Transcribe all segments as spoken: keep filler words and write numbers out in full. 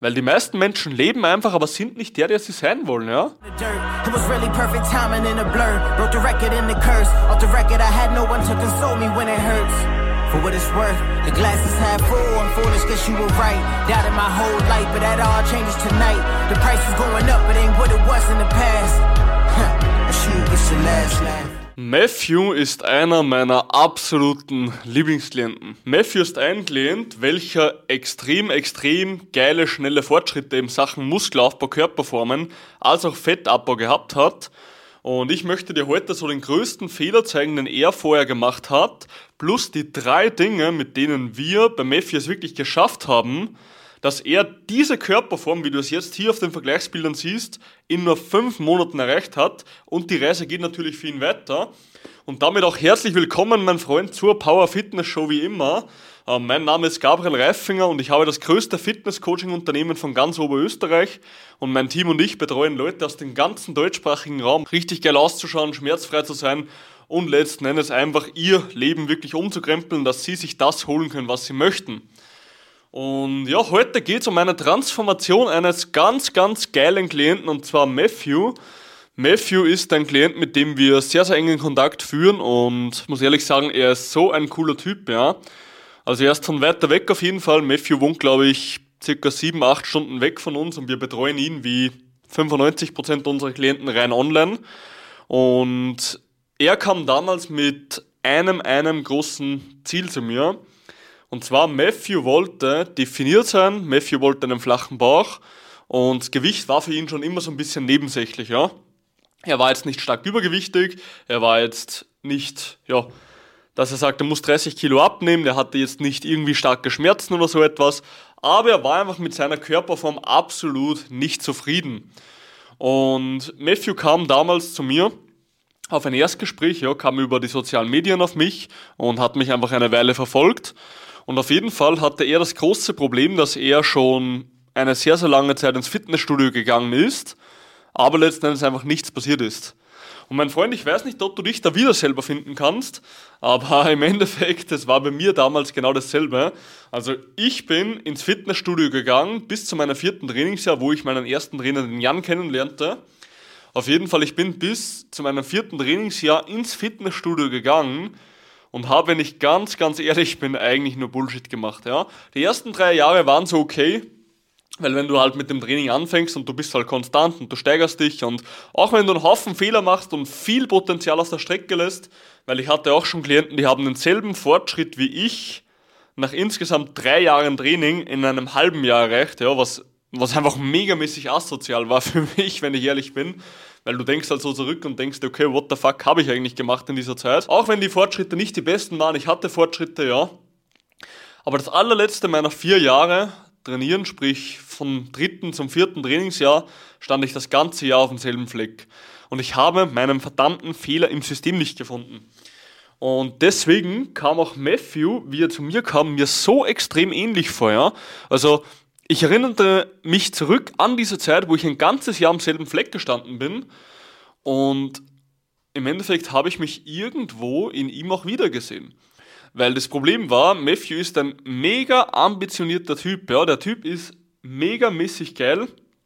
Weil die meisten Menschen leben einfach, aber sind nicht der, der sie sein wollen, ja? It was really perfect timing in a blur. Broke the record in the curse. Off the record I had no one to console me when it hurts. For what it's worth, the glass is half full. I'm foolish, guess you were right. Doubted my whole life, but that all changes tonight. The price is going up, it ain't what it was in the past. Huh, a shoe gets the last laugh. Matthew ist einer meiner absoluten Lieblingsklienten. Matthew ist ein Klient, welcher extrem, extrem geile, schnelle Fortschritte in Sachen Muskelaufbau, Körperformen, als auch Fettabbau gehabt hat. Und ich möchte dir heute so den größten Fehler zeigen, den er vorher gemacht hat, plus die drei Dinge, mit denen wir bei Matthew es wirklich geschafft haben, dass er diese Körperform, wie du es jetzt hier auf den Vergleichsbildern siehst, in nur fünf Monaten erreicht hat. Und die Reise geht natürlich für ihn weiter. Und damit auch herzlich willkommen, mein Freund, zur Power Fitness Show wie immer. Äh, mein Name ist Gabriel Reifinger und ich habe das größte Fitness-Coaching-Unternehmen von ganz Oberösterreich. Und mein Team und ich betreuen Leute aus dem ganzen deutschsprachigen Raum, richtig geil auszuschauen, schmerzfrei zu sein und letzten Endes einfach ihr Leben wirklich umzukrempeln, dass sie sich das holen können, was sie möchten. Und ja, heute geht es um eine Transformation eines ganz, ganz geilen Klienten, und zwar Matthew. Matthew ist ein Klient, mit dem wir sehr, sehr engen Kontakt führen, und ich muss ehrlich sagen, er ist so ein cooler Typ, ja. Also er ist von weiter weg auf jeden Fall. Matthew wohnt, glaube ich, circa sieben, acht Stunden weg von uns, und wir betreuen ihn wie fünfundneunzig Prozent unserer Klienten rein online. Und er kam damals mit einem, einem großen Ziel zu mir. Und zwar, Matthew wollte definiert sein, Matthew wollte einen flachen Bauch, und das Gewicht war für ihn schon immer so ein bisschen nebensächlich, ja. Er war jetzt nicht stark übergewichtig, er war jetzt nicht, ja, dass er sagt, er muss dreißig Kilo abnehmen, er hatte jetzt nicht irgendwie starke Schmerzen oder so etwas, aber er war einfach mit seiner Körperform absolut nicht zufrieden. Und Matthew kam damals zu mir auf ein Erstgespräch, ja, kam über die sozialen Medien auf mich und hat mich einfach eine Weile verfolgt. Und auf jeden Fall hatte er das große Problem, dass er schon eine sehr, sehr lange Zeit ins Fitnessstudio gegangen ist, aber letzten Endes einfach nichts passiert ist. Und mein Freund, ich weiß nicht, ob du dich da wieder selber finden kannst, aber im Endeffekt, das war bei mir damals genau dasselbe. Also ich bin ins Fitnessstudio gegangen bis zu meinem vierten Trainingsjahr, wo ich meinen ersten Trainer, den Jan, kennenlernte. Auf jeden Fall, ich bin bis zu meinem vierten Trainingsjahr ins Fitnessstudio gegangen und habe, wenn ich ganz, ganz ehrlich bin, eigentlich nur Bullshit gemacht, ja. Die ersten drei Jahre waren so okay, weil wenn du halt mit dem Training anfängst und du bist halt konstant und du steigerst dich, und auch wenn du einen Haufen Fehler machst und viel Potenzial aus der Strecke lässt, weil ich hatte auch schon Klienten, die haben denselben Fortschritt wie ich nach insgesamt drei Jahren Training in einem halben Jahr erreicht, ja, was, was einfach megamäßig asozial war für mich, wenn ich ehrlich bin. Weil du denkst halt so zurück und denkst, okay, what the fuck habe ich eigentlich gemacht in dieser Zeit? Auch wenn die Fortschritte nicht die besten waren, ich hatte Fortschritte, ja. Aber das allerletzte meiner vier Jahre trainieren, sprich vom dritten zum vierten Trainingsjahr, stand ich das ganze Jahr auf demselben Fleck. Und ich habe meinen verdammten Fehler im System nicht gefunden. Und deswegen kam auch Matthew, wie er zu mir kam, mir so extrem ähnlich vor, ja. Also ich erinnerte mich zurück an diese Zeit, wo ich ein ganzes Jahr am selben Fleck gestanden bin, und im Endeffekt habe ich mich irgendwo in ihm auch wiedergesehen. Weil das Problem war, Matthew ist ein mega ambitionierter Typ, ja, der Typ ist mega mäßig geil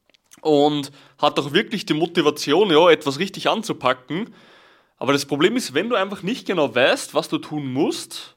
und hat auch wirklich die Motivation, ja, etwas richtig anzupacken. Aber das Problem ist, wenn du einfach nicht genau weißt, was du tun musst,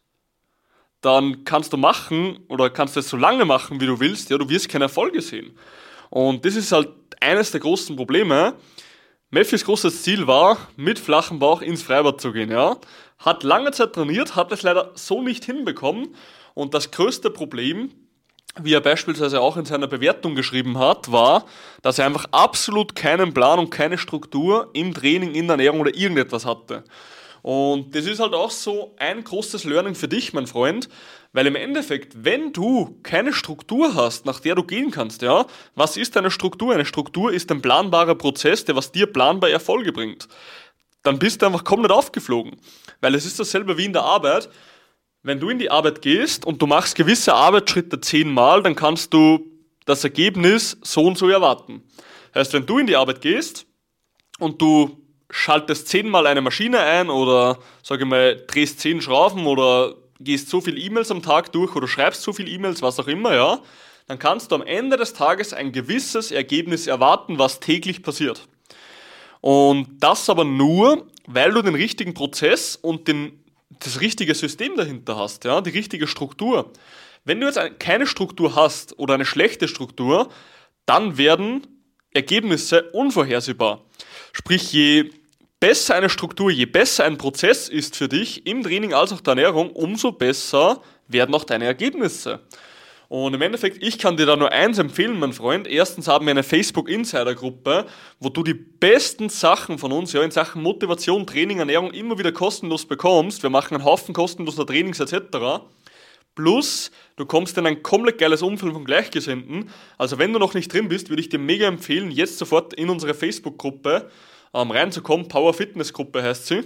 dann kannst du machen oder kannst es so lange machen, wie du willst, ja, du wirst keine Erfolge sehen. Und das ist halt eines der großen Probleme. Matthews großes Ziel war, mit flachem Bauch ins Freibad zu gehen, ja. Hat lange Zeit trainiert, hat es leider so nicht hinbekommen, und das größte Problem, wie er beispielsweise auch in seiner Bewertung geschrieben hat, war, dass er einfach absolut keinen Plan und keine Struktur im Training, in der Ernährung oder irgendetwas hatte. Und das ist halt auch so ein großes Learning für dich, mein Freund, weil im Endeffekt, wenn du keine Struktur hast, nach der du gehen kannst, ja, was ist eine Struktur? Eine Struktur ist ein planbarer Prozess, der was dir planbar Erfolge bringt. Dann bist du einfach komplett aufgeflogen, weil es ist dasselbe wie in der Arbeit. Wenn du in die Arbeit gehst und du machst gewisse Arbeitsschritte zehnmal, dann kannst du das Ergebnis so und so erwarten. Heißt, wenn du in die Arbeit gehst und du schaltest zehnmal eine Maschine ein oder, sag ich mal, drehst zehn Schrauben oder gehst so viel E-Mails am Tag durch oder schreibst so viel E-Mails, was auch immer, ja, dann kannst du am Ende des Tages ein gewisses Ergebnis erwarten, was täglich passiert. Und das aber nur, weil du den richtigen Prozess und den, das richtige System dahinter hast, ja, die richtige Struktur. Wenn du jetzt keine Struktur hast oder eine schlechte Struktur, dann werden Ergebnisse unvorhersehbar. Sprich, je besser eine Struktur, je besser ein Prozess ist für dich im Training als auch der Ernährung, umso besser werden auch deine Ergebnisse. Und im Endeffekt, ich kann dir da nur eins empfehlen, mein Freund. Erstens haben wir eine Facebook-Insider-Gruppe, wo du die besten Sachen von uns ja in Sachen Motivation, Training, Ernährung immer wieder kostenlos bekommst. Wir machen einen Haufen kostenloser Trainings et cetera. Plus, du kommst in ein komplett geiles Umfeld von Gleichgesinnten. Also wenn du noch nicht drin bist, würde ich dir mega empfehlen, jetzt sofort in unsere Facebook-Gruppe ähm, reinzukommen. Power Fitness Gruppe heißt sie.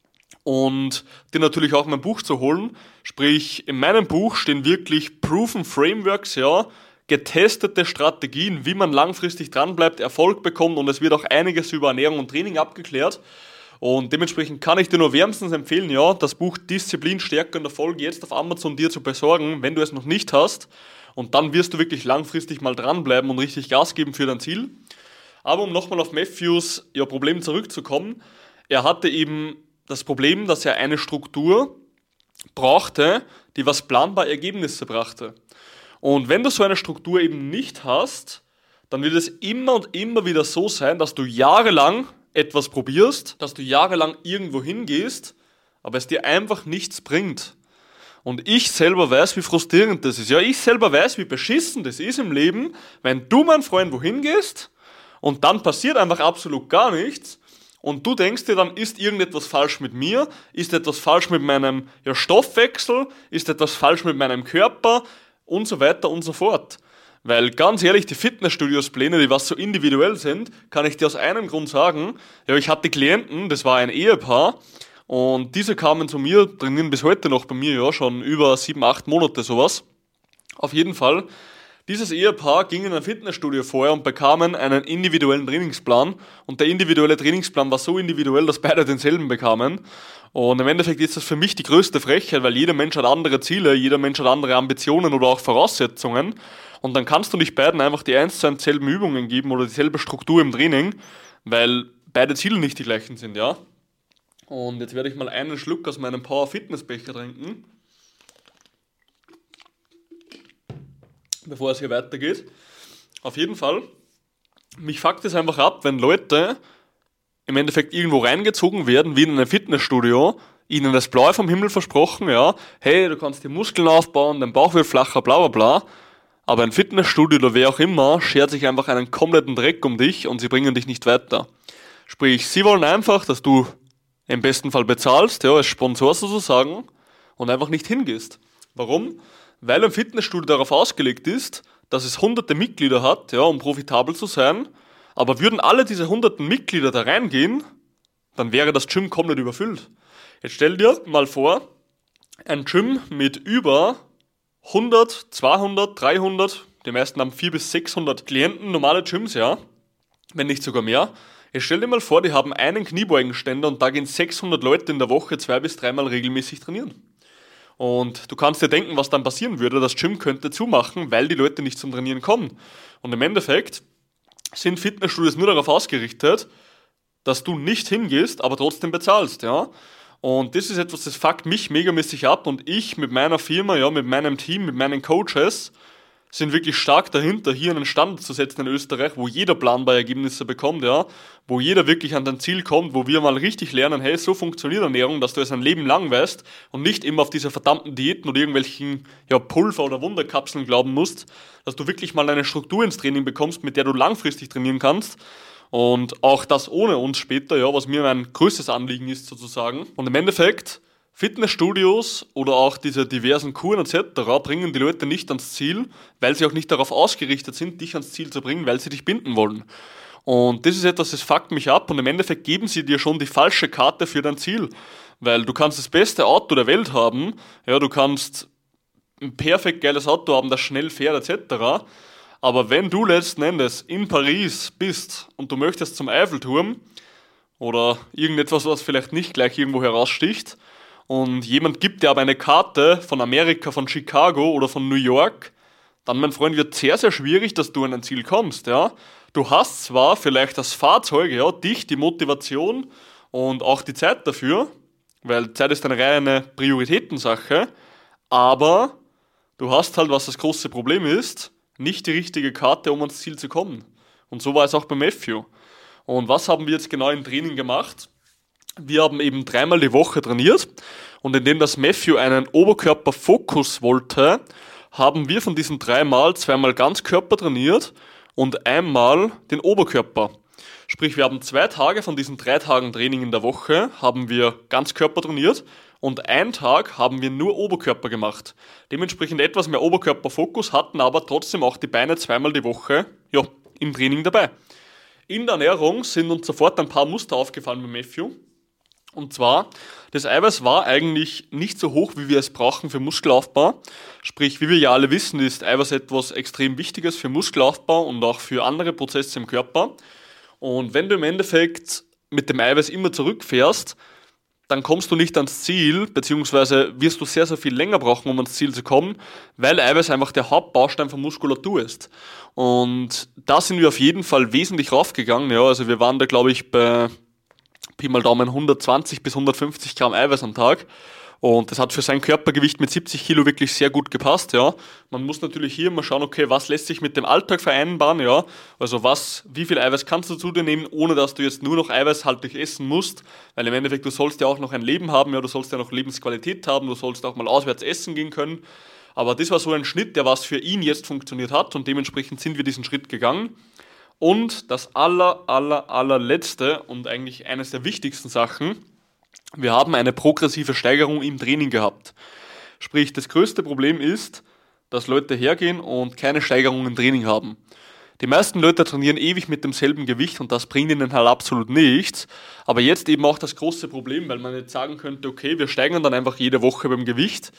Und dir natürlich auch mein Buch zu holen. Sprich, in meinem Buch stehen wirklich Proven Frameworks, ja, getestete Strategien, wie man langfristig dranbleibt, Erfolg bekommt, und es wird auch einiges über Ernährung und Training abgeklärt. Und dementsprechend kann ich dir nur wärmstens empfehlen, ja, das Buch Disziplin, Stärke und Erfolg jetzt auf Amazon dir zu besorgen, wenn du es noch nicht hast. Und dann wirst du wirklich langfristig mal dranbleiben und richtig Gas geben für dein Ziel. Aber um nochmal auf Matthews ja, Problem zurückzukommen, er hatte eben das Problem, dass er eine Struktur brauchte, die was planbar Ergebnisse brachte. Und wenn du so eine Struktur eben nicht hast, dann wird es immer und immer wieder so sein, dass du jahrelang etwas probierst, dass du jahrelang irgendwo hingehst, aber es dir einfach nichts bringt. Und ich selber weiß, wie frustrierend das ist. Ja, ich selber weiß, wie beschissen das ist im Leben, wenn du, mein Freund, wohin gehst und dann passiert einfach absolut gar nichts. Und du denkst dir dann, ist irgendetwas falsch mit mir? Ist etwas falsch mit meinem ja, Stoffwechsel? Ist etwas falsch mit meinem Körper? Und so weiter und so fort. Weil ganz ehrlich, die Fitnessstudios-Pläne, die was so individuell sind, kann ich dir aus einem Grund sagen. Ja, ich hatte Klienten, das war ein Ehepaar, und diese kamen zu mir, trainieren bis heute noch bei mir, ja, schon über sieben, acht Monate sowas. Auf jeden Fall. Dieses Ehepaar ging in ein Fitnessstudio vorher und bekamen einen individuellen Trainingsplan, und der individuelle Trainingsplan war so individuell, dass beide denselben bekamen. Und im Endeffekt ist das für mich die größte Frechheit, weil jeder Mensch hat andere Ziele, jeder Mensch hat andere Ambitionen oder auch Voraussetzungen, und dann kannst du nicht beiden einfach die eins zu eins selben Übungen geben oder dieselbe Struktur im Training, weil beide Ziele nicht die gleichen sind, ja. Und jetzt werde ich mal einen Schluck aus meinem Power Fitness Becher trinken, bevor es hier weitergeht. Auf jeden Fall, mich fuckt es einfach ab, wenn Leute im Endeffekt irgendwo reingezogen werden, wie in einem Fitnessstudio, ihnen das Blaue vom Himmel versprochen, ja, hey, du kannst die Muskeln aufbauen, dein Bauch wird flacher, bla bla bla, aber ein Fitnessstudio oder wer auch immer schert sich einfach einen kompletten Dreck um dich und sie bringen dich nicht weiter. Sprich, sie wollen einfach, dass du im besten Fall bezahlst, ja, als Sponsor sozusagen, und einfach nicht hingehst. Warum? Weil ein Fitnessstudio darauf ausgelegt ist, dass es hunderte Mitglieder hat, ja, um profitabel zu sein, aber würden alle diese hunderten Mitglieder da reingehen, dann wäre das Gym komplett überfüllt. Jetzt stell dir mal vor, ein Gym mit über hundert, zweihundert, dreihundert, die meisten haben vierhundert bis sechshundert Klienten, normale Gyms, ja, wenn nicht sogar mehr. Jetzt stell dir mal vor, die haben einen Kniebeugenständer und da gehen sechshundert Leute in der Woche zwei bis dreimal regelmäßig trainieren. Und du kannst dir denken, was dann passieren würde. Das Gym könnte zumachen, weil die Leute nicht zum Trainieren kommen. Und im Endeffekt sind Fitnessstudios nur darauf ausgerichtet, dass du nicht hingehst, aber trotzdem bezahlst, ja. Und das ist etwas, das fuckt mich megamäßig ab, und ich mit meiner Firma, ja, mit meinem Team, mit meinen Coaches sind wirklich stark dahinter, hier einen Standard zu setzen in Österreich, wo jeder planbare Ergebnisse bekommt, ja, wo jeder wirklich an dein Ziel kommt, wo wir mal richtig lernen, hey, so funktioniert Ernährung, dass du es ein Leben lang weißt und nicht immer auf diese verdammten Diäten oder irgendwelchen ja, Pulver oder Wunderkapseln glauben musst, dass du wirklich mal eine Struktur ins Training bekommst, mit der du langfristig trainieren kannst. Und auch das ohne uns später, ja, was mir mein größtes Anliegen ist sozusagen. Und im Endeffekt, Fitnessstudios oder auch diese diversen Kuren et cetera bringen die Leute nicht ans Ziel, weil sie auch nicht darauf ausgerichtet sind, dich ans Ziel zu bringen, weil sie dich binden wollen. Und das ist etwas, das fuckt mich ab, und im Endeffekt geben sie dir schon die falsche Karte für dein Ziel. Weil du kannst das beste Auto der Welt haben, ja, du kannst ein perfekt geiles Auto haben, das schnell fährt et cetera. Aber wenn du letzten Endes in Paris bist und du möchtest zum Eiffelturm oder irgendetwas, was vielleicht nicht gleich irgendwo heraussticht, und jemand gibt dir aber eine Karte von Amerika, von Chicago oder von New York, dann, mein Freund, wird sehr, sehr schwierig, dass du an ein Ziel kommst, ja. Du hast zwar vielleicht das Fahrzeug, ja, dich, die Motivation und auch die Zeit dafür, weil Zeit ist eine reine Prioritätensache, aber du hast halt, was das große Problem ist, nicht die richtige Karte, um ans Ziel zu kommen. Und so war es auch bei Matthew. Und was haben wir jetzt genau im Training gemacht? Wir haben eben dreimal die Woche trainiert und indem das Matthew einen Oberkörperfokus wollte, haben wir von diesen dreimal zweimal Ganzkörper trainiert und einmal den Oberkörper. Sprich, wir haben zwei Tage von diesen drei Tagen Training in der Woche, haben wir Ganzkörper trainiert und einen Tag haben wir nur Oberkörper gemacht. Dementsprechend etwas mehr Oberkörperfokus, hatten aber trotzdem auch die Beine zweimal die Woche, ja, im Training dabei. In der Ernährung sind uns sofort ein paar Muster aufgefallen bei Matthew. Und zwar, das Eiweiß war eigentlich nicht so hoch, wie wir es brauchen für Muskelaufbau. Sprich, wie wir ja alle wissen, ist Eiweiß etwas extrem Wichtiges für Muskelaufbau und auch für andere Prozesse im Körper. Und wenn du im Endeffekt mit dem Eiweiß immer zurückfährst, dann kommst du nicht ans Ziel, beziehungsweise wirst du sehr, sehr viel länger brauchen, um ans Ziel zu kommen, weil Eiweiß einfach der Hauptbaustein von Muskulatur ist. Und da sind wir auf jeden Fall wesentlich raufgegangen. Ja, also wir waren da, glaube ich, bei Pi mal Daumen hundertzwanzig bis hundertfünfzig Gramm Eiweiß am Tag. Und das hat für sein Körpergewicht mit siebzig Kilo wirklich sehr gut gepasst, ja. Man muss natürlich hier mal schauen, okay, was lässt sich mit dem Alltag vereinbaren, ja. Also was, wie viel Eiweiß kannst du zu dir nehmen, ohne dass du jetzt nur noch eiweißhaltig essen musst. Weil im Endeffekt, du sollst ja auch noch ein Leben haben, ja, du sollst ja noch Lebensqualität haben, du sollst auch mal auswärts essen gehen können. Aber das war so ein Schnitt, der was für ihn jetzt funktioniert hat und dementsprechend sind wir diesen Schritt gegangen. Und das aller, aller, allerletzte und eigentlich eines der wichtigsten Sachen, wir haben eine progressive Steigerung im Training gehabt. Sprich, das größte Problem ist, dass Leute hergehen und keine Steigerung im Training haben. Die meisten Leute trainieren ewig mit demselben Gewicht und das bringt ihnen halt absolut nichts. Aber jetzt eben auch das große Problem, weil man jetzt sagen könnte, okay, wir steigern dann einfach jede Woche beim Gewicht.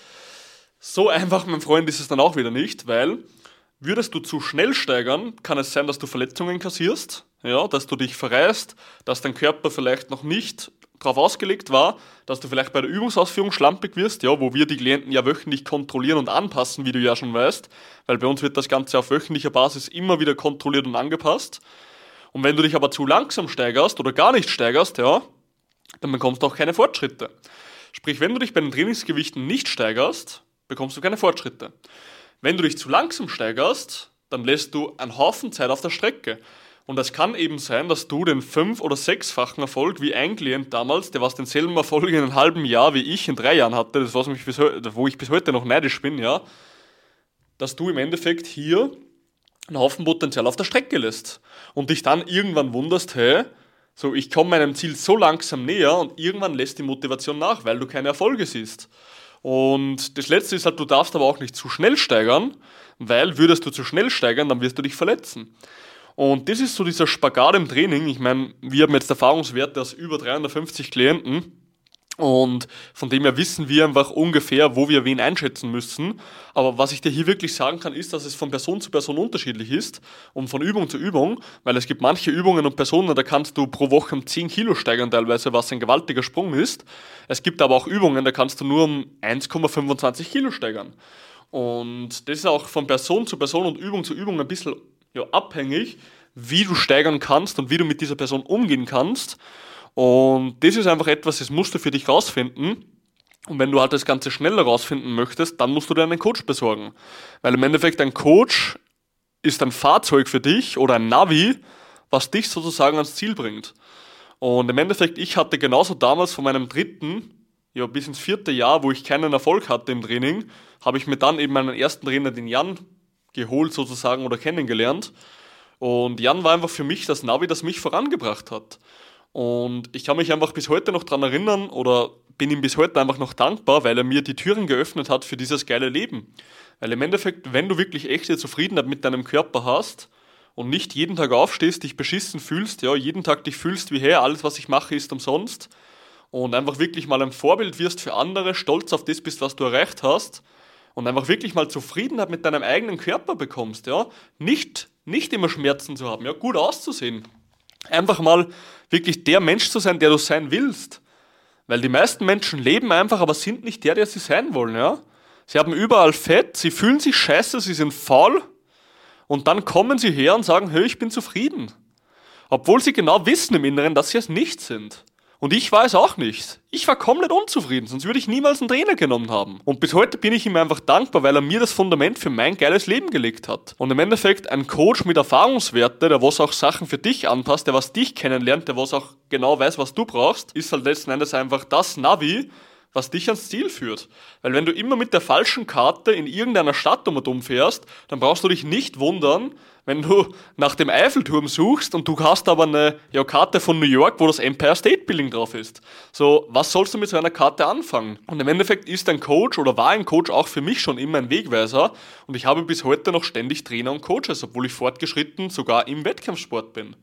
So einfach, mein Freund, ist es dann auch wieder nicht, weil würdest du zu schnell steigern, kann es sein, dass du Verletzungen kassierst, ja, dass du dich verreißt, dass dein Körper vielleicht noch nicht darauf ausgelegt war, dass du vielleicht bei der Übungsausführung schlampig wirst, ja, wo wir die Klienten ja wöchentlich kontrollieren und anpassen, wie du ja schon weißt, weil bei uns wird das Ganze auf wöchentlicher Basis immer wieder kontrolliert und angepasst. Und wenn du dich aber zu langsam steigerst oder gar nicht steigerst, ja, dann bekommst du auch keine Fortschritte. Sprich, wenn du dich bei den Trainingsgewichten nicht steigerst, bekommst du keine Fortschritte. Wenn du dich zu langsam steigerst, dann lässt du einen Haufen Zeit auf der Strecke. Und es kann eben sein, dass du den fünf- oder sechsfachen Erfolg wie ein Klient damals, der was denselben Erfolg in einem halben Jahr wie ich in drei Jahren hatte, das was mich bis heute, wo ich bis heute noch neidisch bin, ja, dass du im Endeffekt hier einen Haufen Potenzial auf der Strecke lässt. Und dich dann irgendwann wunderst, hey, so ich komme meinem Ziel so langsam näher und irgendwann lässt die Motivation nach, weil du keine Erfolge siehst. Und das Letzte ist halt, du darfst aber auch nicht zu schnell steigern, weil würdest du zu schnell steigern, dann wirst du dich verletzen. Und das ist so dieser Spagat im Training. Ich meine, wir haben jetzt Erfahrungswerte aus über dreihundertfünfzig Klienten und von dem her wissen wir einfach ungefähr, wo wir wen einschätzen müssen. Aber was ich dir hier wirklich sagen kann, ist, dass es von Person zu Person unterschiedlich ist und von Übung zu Übung, weil es gibt manche Übungen und Personen, da kannst du pro Woche um zehn Kilo steigern teilweise, was ein gewaltiger Sprung ist. Es gibt aber auch Übungen, da kannst du nur um eins Komma fünfundzwanzig Kilo steigern. Und das ist auch von Person zu Person und Übung zu Übung ein bisschen ja, abhängig, wie du steigern kannst und wie du mit dieser Person umgehen kannst. Und das ist einfach etwas, das musst du für dich rausfinden. Und wenn du halt das Ganze schneller rausfinden möchtest, dann musst du dir einen Coach besorgen. Weil im Endeffekt ein Coach ist ein Fahrzeug für dich oder ein Navi, was dich sozusagen ans Ziel bringt. Und im Endeffekt, ich hatte genauso damals von meinem dritten, ja bis ins vierte Jahr, wo ich keinen Erfolg hatte im Training, habe ich mir dann eben meinen ersten Trainer, den Jan, geholt sozusagen oder kennengelernt. Und Jan war einfach für mich das Navi, das mich vorangebracht hat. Und ich kann mich einfach bis heute noch daran erinnern oder bin ihm bis heute einfach noch dankbar, weil er mir die Türen geöffnet hat für dieses geile Leben. Weil im Endeffekt, wenn du wirklich echte Zufriedenheit mit deinem Körper hast und nicht jeden Tag aufstehst, dich beschissen fühlst, ja, jeden Tag dich fühlst wie, hey, alles was ich mache ist umsonst und einfach wirklich mal ein Vorbild wirst für andere, stolz auf das bist, was du erreicht hast und einfach wirklich mal Zufriedenheit mit deinem eigenen Körper bekommst, ja, nicht, nicht immer Schmerzen zu haben, ja, gut auszusehen. Einfach mal wirklich der Mensch zu sein, der du sein willst. Weil die meisten Menschen leben einfach, aber sind nicht der, der sie sein wollen, ja. Sie haben überall Fett, sie fühlen sich scheiße, sie sind faul und dann kommen sie her und sagen, hey, ich bin zufrieden. Obwohl sie genau wissen im Inneren, dass sie es nicht sind. Und ich war es auch nicht. Ich war komplett unzufrieden, sonst würde ich niemals einen Trainer genommen haben. Und bis heute bin ich ihm einfach dankbar, weil er mir das Fundament für mein geiles Leben gelegt hat. Und im Endeffekt ein Coach mit Erfahrungswerte, der was auch Sachen für dich anpasst, der was dich kennenlernt, der was auch genau weiß, was du brauchst, ist halt letzten Endes einfach das Navi, was dich ans Ziel führt. Weil wenn du immer mit der falschen Karte in irgendeiner Stadt um und um fährst, dann brauchst du dich nicht wundern, wenn du nach dem Eiffelturm suchst und du hast aber eine ja, Karte von New York, wo das Empire State Building drauf ist. So, was sollst du mit so einer Karte anfangen? Und im Endeffekt ist ein Coach oder war ein Coach auch für mich schon immer ein Wegweiser und ich habe bis heute noch ständig Trainer und Coaches, obwohl ich fortgeschritten sogar im Wettkampfsport bin.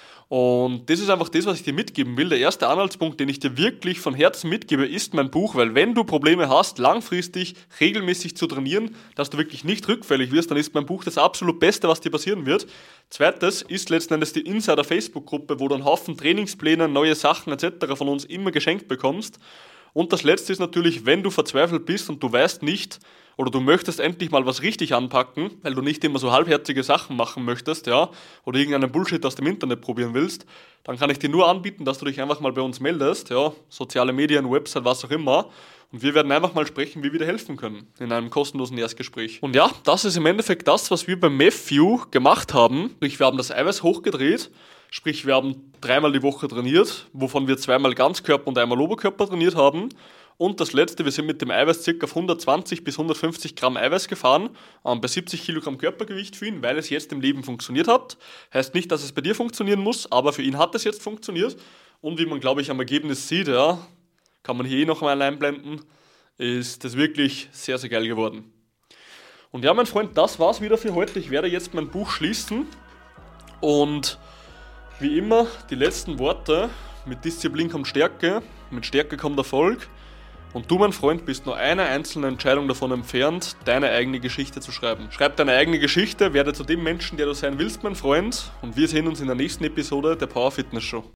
Und das ist einfach das, was ich dir mitgeben will. Der erste Anhaltspunkt, den ich dir wirklich von Herzen mitgebe, ist mein Buch, weil wenn du Probleme hast, langfristig, regelmäßig zu trainieren, dass du wirklich nicht rückfällig wirst, dann ist mein Buch das absolut Beste, was dir passieren wird. Zweites ist letzten Endes die Insider-Facebook-Gruppe, wo du einen Haufen Trainingspläne, neue Sachen et cetera von uns immer geschenkt bekommst. Und das Letzte ist natürlich, wenn du verzweifelt bist und du weißt nicht, oder du möchtest endlich mal was richtig anpacken, weil du nicht immer so halbherzige Sachen machen möchtest, ja, oder irgendeinen Bullshit aus dem Internet probieren willst, dann kann ich dir nur anbieten, dass du dich einfach mal bei uns meldest, ja, soziale Medien, Website, was auch immer, und wir werden einfach mal sprechen, wie wir dir helfen können, in einem kostenlosen Erstgespräch. Und ja, das ist im Endeffekt das, was wir bei Matthew gemacht haben. Sprich, wir haben das Eiweiß hochgedreht, sprich, wir haben dreimal die Woche trainiert, wovon wir zweimal Ganzkörper und einmal Oberkörper trainiert haben. Und das Letzte, wir sind mit dem Eiweiß ca. auf hundertzwanzig bis hundertfünfzig Gramm Eiweiß gefahren, ähm, bei siebzig Kilogramm Körpergewicht für ihn, weil es jetzt im Leben funktioniert hat. Heißt nicht, dass es bei dir funktionieren muss, aber für ihn hat es jetzt funktioniert. Und wie man, glaube ich, am Ergebnis sieht, ja, kann man hier eh noch mal einblenden, ist das wirklich sehr, sehr geil geworden. Und ja, mein Freund, das war's wieder für heute. Ich werde jetzt mein Buch schließen und wie immer die letzten Worte: Mit Disziplin kommt Stärke, mit Stärke kommt Erfolg. Und du, mein Freund, bist nur eine einzelne Entscheidung davon entfernt, deine eigene Geschichte zu schreiben. Schreib deine eigene Geschichte, werde zu dem Menschen, der du sein willst, mein Freund. Und wir sehen uns in der nächsten Episode der Power Fitness Show.